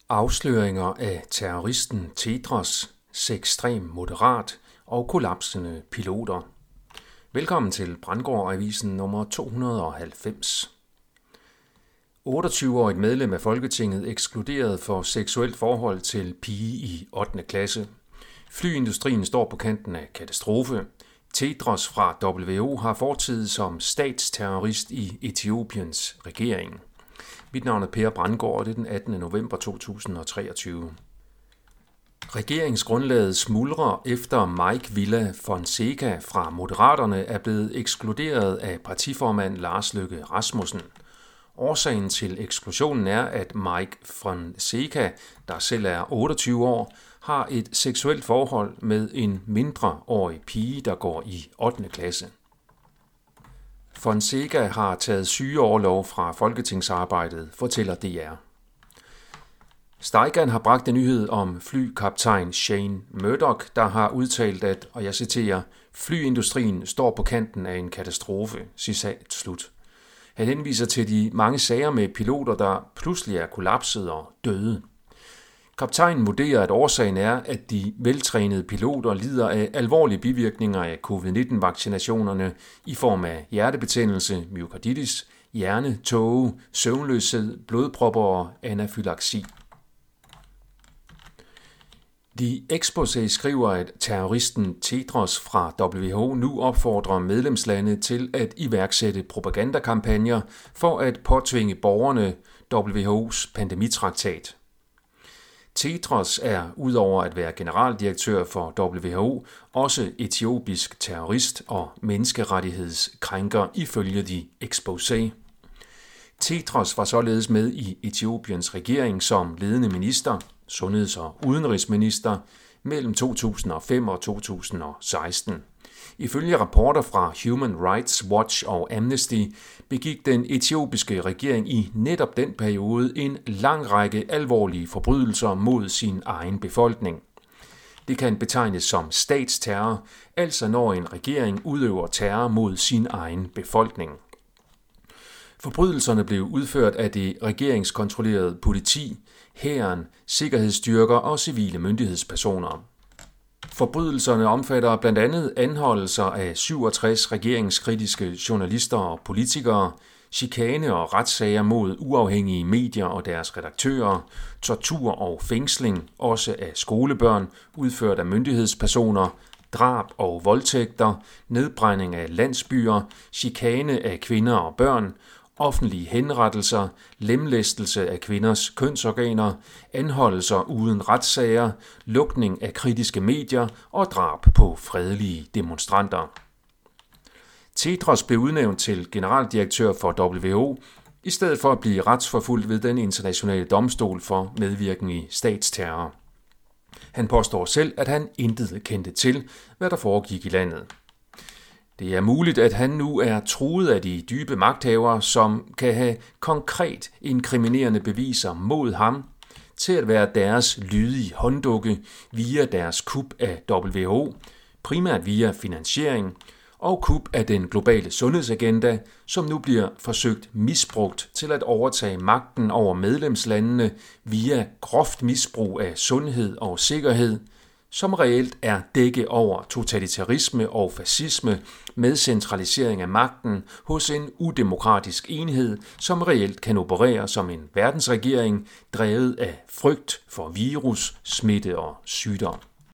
Afsløringer af terroristen Tedros, ekstrem moderat og kollapsende piloter. Velkommen til Brandgård-avisen nummer 290. 28-årigt medlem af Folketinget ekskluderet for seksuelt forhold til pige i 8. klasse. Flyindustrien står på kanten af katastrofe. Tedros fra WHO har fortid som statsterrorist i Etiopiens regering. Mit navn er Per Brandgård, og det er den 18. november 2023. Regeringsgrundlaget smuldrer efter Mike Villa Fonseca fra Moderaterne er blevet ekskluderet af partiformand Lars Løkke Rasmussen. Årsagen til eksklusionen er, at Mike Fonseca, der selv er 28 år, har et seksuelt forhold med en mindreårig pige, der går i 8. klasse. Fonseca har taget sygeorlov fra folketingsarbejdet, fortæller DR. Steigan har bragt en nyhed om flykaptajn Shane Murdoch, der har udtalt, at, og jeg citerer, flyindustrien står på kanten af en katastrofe, citat slut. Han henviser til de mange sager med piloter, der pludselig er kollapset og døde. Kaptajnen vurderer, at årsagen er, at de veltrænede piloter lider af alvorlige bivirkninger af covid-19-vaccinationerne i form af hjertebetændelse, myokarditis, hjernetåge, søvnløshed, blodpropper og anafylaksi. The Exposé skriver, at terroristen Tedros fra WHO nu opfordrer medlemslande til at iværksætte propagandakampagner for at påtvinge borgerne WHO's pandemitraktat. Tedros er, udover at være generaldirektør for WHO, også etiopisk terrorist og menneskerettighedskrænker ifølge The Exposé. Tedros var således med i Etiopiens regering som ledende minister, sundheds- og udenrigsminister, mellem 2005 og 2016. Ifølge rapporter fra Human Rights Watch og Amnesty begik den etiopiske regering i netop den periode en lang række alvorlige forbrydelser mod sin egen befolkning. Det kan betegnes som statsterror, altså når en regering udøver terror mod sin egen befolkning. Forbrydelserne blev udført af det regeringskontrollerede politi, hæren, sikkerhedsstyrker og civile myndighedspersoner. Forbrydelserne omfatter blandt andet anholdelser af 67 regeringskritiske journalister og politikere, chikane og retssager mod uafhængige medier og deres redaktører, tortur og fængsling, også af skolebørn, udført af myndighedspersoner, drab og voldtægter, nedbrænding af landsbyer, chikane af kvinder og børn, offentlige henrettelser, lemlæstelse af kvinders kønsorganer, anholdelser uden retssager, lukning af kritiske medier og drab på fredelige demonstranter. Tedros blev udnævnt til generaldirektør for WHO, i stedet for at blive retsforfulgt ved den internationale domstol for medvirken i statsterror. Han påstår selv, at han intet kendte til, hvad der foregik i landet. Det er muligt, at han nu er truet af de dybe magthavere, som kan have konkret inkriminerende beviser mod ham, til at være deres lydige hånddukke via deres kup af WHO, primært via finansiering, og kup af den globale sundhedsagenda, som nu bliver forsøgt misbrugt til at overtage magten over medlemslandene via groft misbrug af sundhed og sikkerhed, som reelt er dække over totalitarisme og fascisme med centralisering af magten hos en udemokratisk enhed, som reelt kan operere som en verdensregering drevet af frygt for virus, smitte og sygdom.